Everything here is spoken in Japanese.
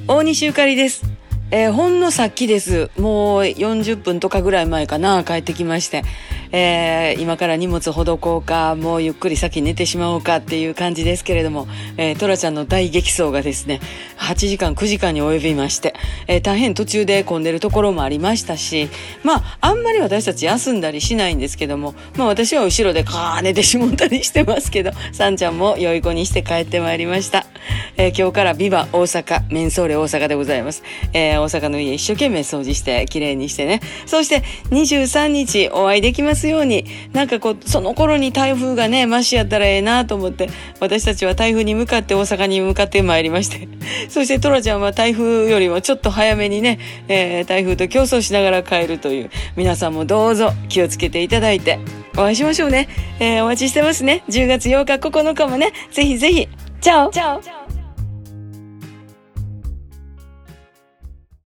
大西ゆかりです。ほんのさっきです。もう40分とかぐらい前かな、帰ってきまして、今から荷物ほどこうか、もうゆっくり先寝てしまおうかっていう感じですけれども、トラちゃんの大激走がですね、8時間9時間に及びまして、大変途中で混んでるところもありましたし、あんまり私たち休んだりしないんですけども、私は後ろで寝てしもったりしてますけど、さんちゃんも良い子にして帰ってまいりました。今日からビバ大阪、メンソーレ大阪でございます。大阪の家一生懸命掃除してきれいにしてね、そして23日お会いできますように、その頃に台風がねマシやったらええなと思って、私たちは台風に向かって大阪に向かってまいりまして、そしてトラちゃんは台風よりもちょっと早めにね、台風と競争しながら帰るという、皆さんもどうぞ気をつけていただいてお会いしましょうね。お待ちしてますね。10月8日9日もね、ぜひぜひチャオチャオ。